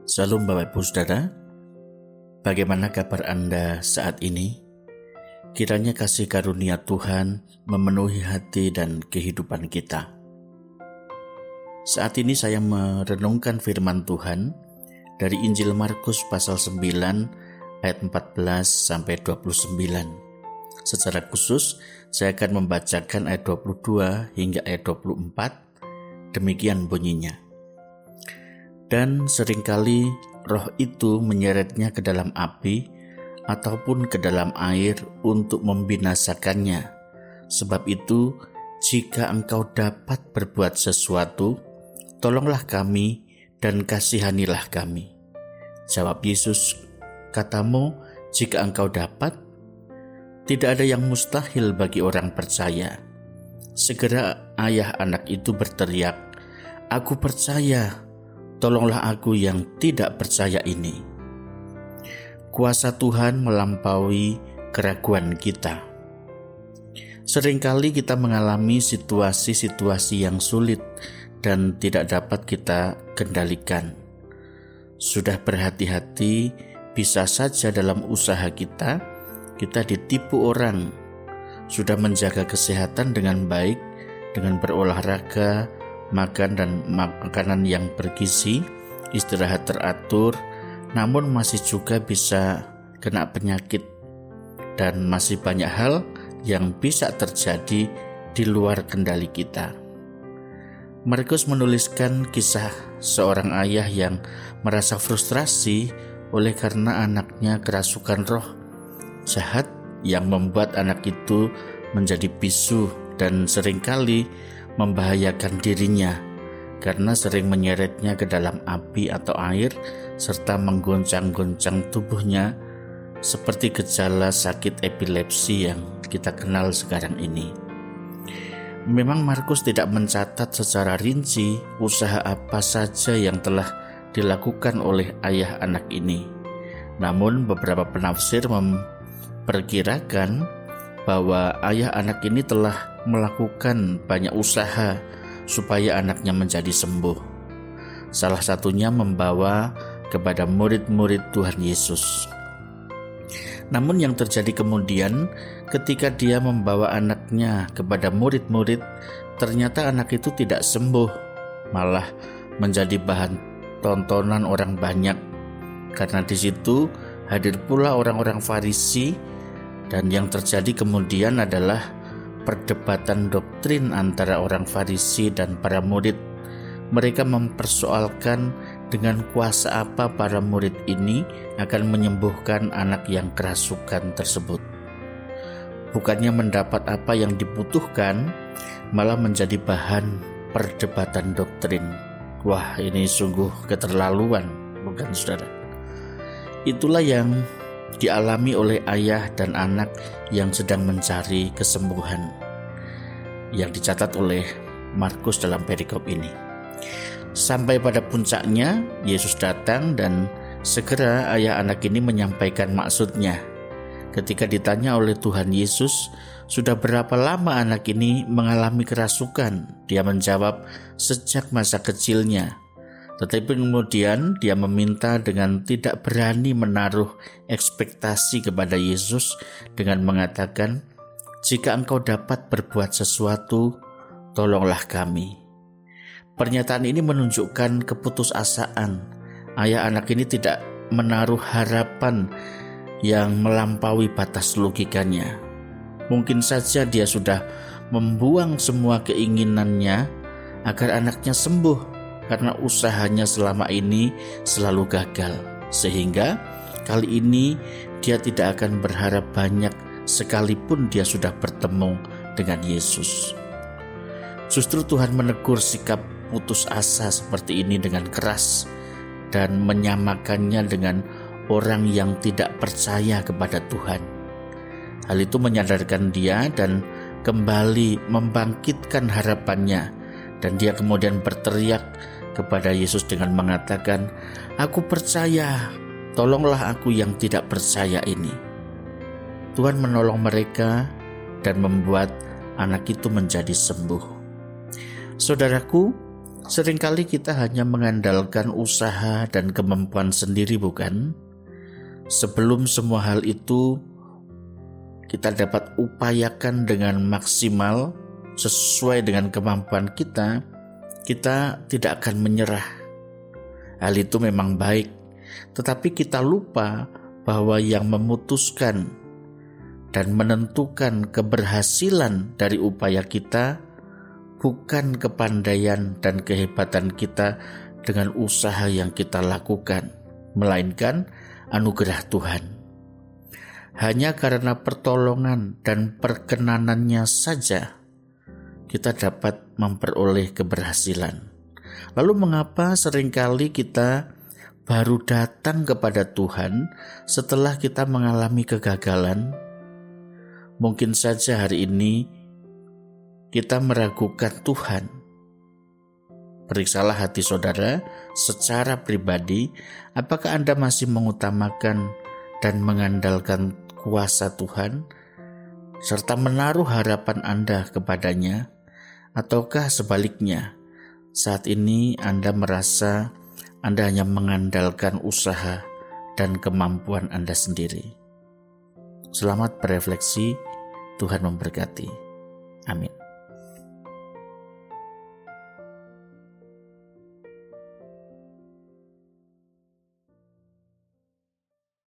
Salam Bapak Ibu Saudara, bagaimana kabar Anda saat ini? Kiranya kasih karunia Tuhan memenuhi hati dan kehidupan kita. Saat ini saya merenungkan firman Tuhan dari Injil Markus pasal 9 ayat 14 sampai 29. Secara khusus, saya akan membacakan ayat 22 hingga ayat 24. Demikian bunyinya. Dan seringkali roh itu menyeretnya ke dalam api ataupun ke dalam air untuk membinasakannya. Sebab itu, jika engkau dapat berbuat sesuatu, tolonglah kami dan kasihanilah kami. Jawab Yesus, katamu, jika engkau dapat, tidak ada yang mustahil bagi orang percaya. Segera ayah anak itu berteriak, aku percaya, tolonglah aku yang tidak percaya ini. Kuasa Tuhan melampaui keraguan kita. Seringkali kita mengalami situasi-situasi yang sulit dan tidak dapat kita kendalikan. Sudah berhati-hati, bisa saja dalam usaha kita ditipu orang. Sudah menjaga kesehatan dengan baik, dengan berolahraga, makan dan makanan yang bergizi, istirahat teratur, namun masih juga bisa kena penyakit dan masih banyak hal yang bisa terjadi di luar kendali kita. Markus menuliskan kisah seorang ayah yang merasa frustrasi oleh karena anaknya kerasukan roh jahat yang membuat anak itu menjadi bisu dan seringkali membahayakan dirinya karena sering menyeretnya ke dalam api atau air serta menggoncang-goncang tubuhnya seperti gejala sakit epilepsi yang kita kenal sekarang ini. Memang Markus tidak mencatat secara rinci usaha apa saja yang telah dilakukan oleh ayah anak ini. Namun beberapa penafsir memperkirakan bahwa ayah anak ini telah melakukan banyak usaha supaya anaknya menjadi sembuh. Salah satunya membawa kepada murid-murid Tuhan Yesus. Namun yang terjadi kemudian ketika dia membawa anaknya kepada murid-murid, ternyata anak itu tidak sembuh, malah menjadi bahan tontonan orang banyak. Karena di situ hadir pula orang-orang Farisi. Dan yang terjadi kemudian adalah perdebatan doktrin antara orang Farisi dan para murid. Mereka mempersoalkan dengan kuasa apa para murid ini akan menyembuhkan anak yang kerasukan tersebut. Bukannya mendapat apa yang dibutuhkan, malah menjadi bahan perdebatan doktrin. Wah, ini sungguh keterlaluan, bukan saudara? Itulah yang dialami oleh ayah dan anak yang sedang mencari kesembuhan yang dicatat oleh Markus dalam perikop ini. Sampai pada puncaknya, Yesus datang dan segera ayah anak ini menyampaikan maksudnya. Ketika ditanya oleh Tuhan Yesus, sudah berapa lama anak ini mengalami kerasukan? Dia menjawab, sejak masa kecilnya. Tetapi kemudian dia meminta dengan tidak berani menaruh ekspektasi kepada Yesus dengan mengatakan, jika engkau dapat berbuat sesuatu, tolonglah kami. Pernyataan ini menunjukkan keputusasaan. Ayah anak ini tidak menaruh harapan yang melampaui batas logikanya. Mungkin saja dia sudah membuang semua keinginannya agar anaknya sembuh, karena usahanya selama ini selalu gagal. Sehingga kali ini dia tidak akan berharap banyak sekalipun dia sudah bertemu dengan Yesus. Justru Tuhan menegur sikap putus asa seperti ini dengan keras dan menyamakannya dengan orang yang tidak percaya kepada Tuhan. Hal itu menyadarkan dia dan kembali membangkitkan harapannya, dan dia kemudian berteriak kepada Yesus dengan mengatakan, aku percaya, tolonglah aku yang tidak percaya ini. Tuhan menolong mereka dan membuat anak itu menjadi sembuh. Saudaraku, Seringkali kita hanya mengandalkan usaha dan kemampuan sendiri, bukan? Sebelum semua hal itu kita dapat upayakan dengan maksimal sesuai dengan kemampuan kita tidak akan menyerah. Hal itu memang baik, tetapi kita lupa bahwa yang memutuskan dan menentukan keberhasilan dari upaya kita bukan kepandaian dan kehebatan kita dengan usaha yang kita lakukan, melainkan anugerah Tuhan. Hanya karena pertolongan dan perkenanannya saja kita dapat memperoleh keberhasilan. Lalu mengapa seringkali kita baru datang kepada Tuhan setelah kita mengalami kegagalan? Mungkin saja hari ini kita meragukan Tuhan. Periksalah hati saudara secara pribadi, apakah Anda masih mengutamakan dan mengandalkan kuasa Tuhan, serta menaruh harapan Anda kepadanya, ataukah sebaliknya, saat ini Anda merasa Anda hanya mengandalkan usaha dan kemampuan Anda sendiri. Selamat berefleksi, Tuhan memberkati. Amin.